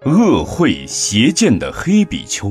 恶会邪见的黑比丘。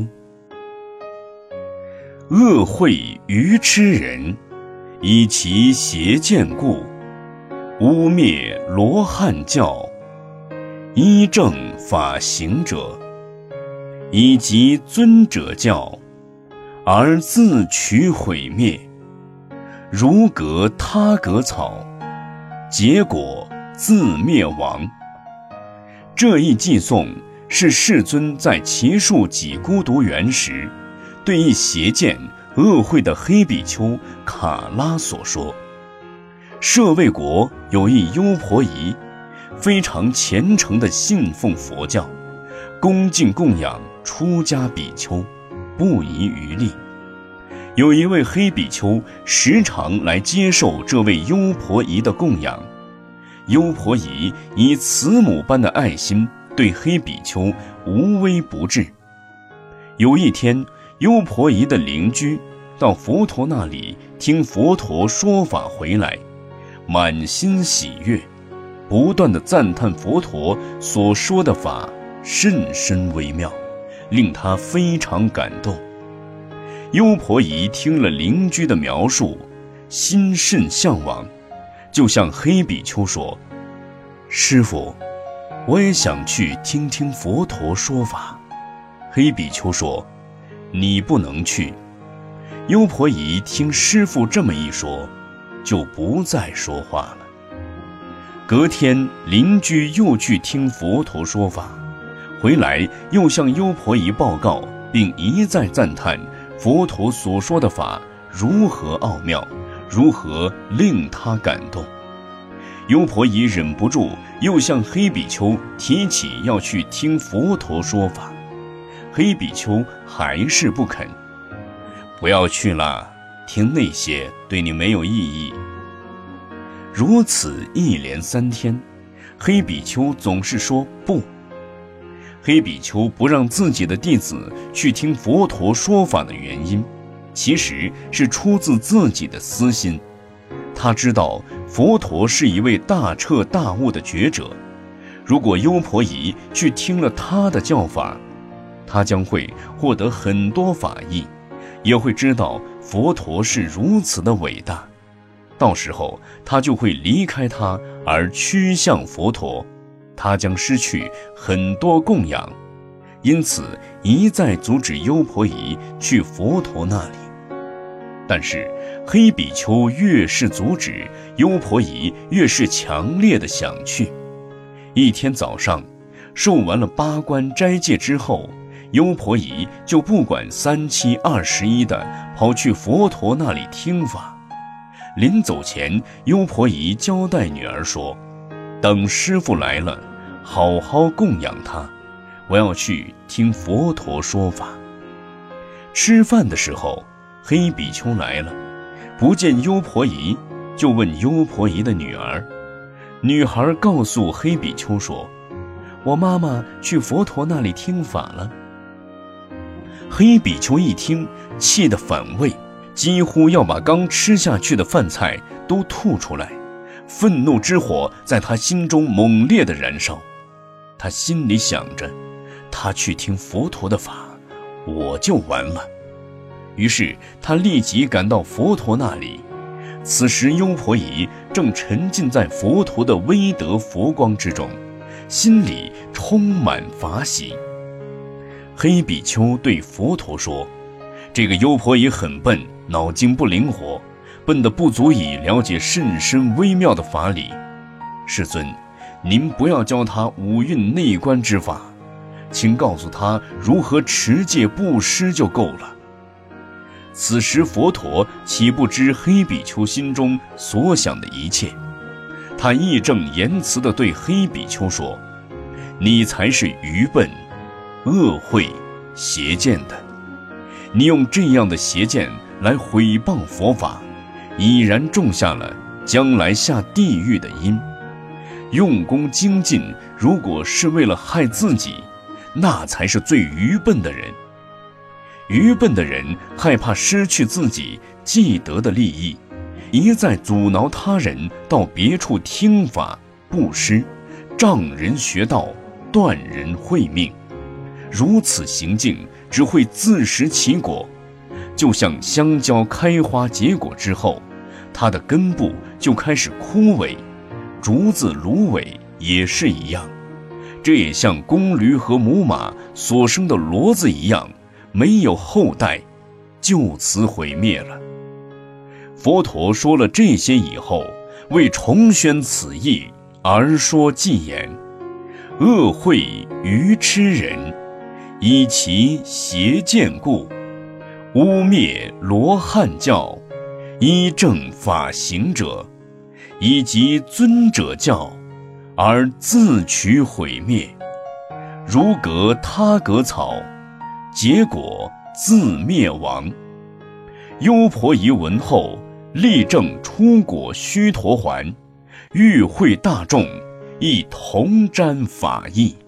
恶会愚痴人，以其邪见故，污蔑罗汉教，依正法行者，以及尊者教，而自取毁灭，如革他革草，结果自灭亡。这一偈颂是世尊在祇树给孤独园时，对一邪见恶会的黑比丘卡拉所说。舍卫国有一优婆夷，非常虔诚地信奉佛教，恭敬供养出家比丘，不遗余力。有一位黑比丘时常来接受这位优婆夷的供养，优婆夷以慈母般的爱心对黑比丘无微不至。有一天，优婆夷的邻居到佛陀那里听佛陀说法回来，满心喜悦，不断地赞叹佛陀所说的法甚深微妙，令他非常感动。优婆夷听了邻居的描述，心甚向往，就向黑比丘说：师父，我也想去听听佛陀说法。黑比丘说：你不能去。优婆夷听师父这么一说，就不再说话了。隔天，邻居又去听佛陀说法，回来又向优婆夷报告，并一再赞叹佛陀所说的法如何奥妙，如何令他感动。优婆夷忍不住又向黑比丘提起要去听佛陀说法，黑比丘还是不肯。不要去了，听那些对你没有意义。如此一连3天，黑比丘总是说不。黑比丘不让自己的弟子去听佛陀说法的原因，其实是出自自己的私心。他知道佛陀是一位大彻大悟的觉者，如果优婆夷去听了他的教法，他将会获得很多法益，也会知道佛陀是如此的伟大。到时候他就会离开他而趋向佛陀，他将失去很多供养，因此一再阻止优婆夷去佛陀那里。但是黑比丘越是阻止，优婆夷越是强烈的想去。一天早上，受完了8关斋戒之后，优婆夷就不管3七21的跑去佛陀那里听法。临走前，优婆夷交代女儿说：等师父来了，好好供养他，我要去听佛陀说法。吃饭的时候，黑比丘来了，不见优婆夷，就问优婆夷的女儿。女孩告诉黑比丘说：我妈妈去佛陀那里听法了。黑比丘一听，气得反胃，几乎要把刚吃下去的饭菜都吐出来，愤怒之火在他心中猛烈地燃烧。他心里想着，他去听佛陀的法，我就完了。于是他立即赶到佛陀那里。此时优婆夷正沉浸在佛陀的威德佛光之中，心里充满法喜。黑比丘对佛陀说：这个优婆夷很笨，脑筋不灵活，笨得不足以了解甚深微妙的法理。世尊，您不要教他五蕴内观之法，请告诉他如何持戒布施就够了。此时佛陀岂不知黑比丘心中所想的一切？他义正言辞地对黑比丘说：你才是愚笨、恶会、邪见的，你用这样的邪见来毁谤佛法，已然种下了将来下地狱的因。用功精进，如果是为了害自己，那才是最愚笨的人。愚笨的人害怕失去自己既得的利益，一再阻挠他人到别处听法布施，障人学道，断人慧命。 如此行径只会自食其果，就像香蕉开花结果之后，它的根部就开始枯萎，竹子芦苇也是一样。这也像公驴和母马所生的骡子一样，没有后代，就此毁灭了。佛陀说了这些以后，为重宣此义而说偈言：恶会愚痴人，以其邪见故，污蔑罗汉教，依正法行者，以及尊者教，而自取毁灭，如隔他革草，结果自灭亡。优婆夷闻后，立正出果须陀洹，与会大众，亦同瞻法义。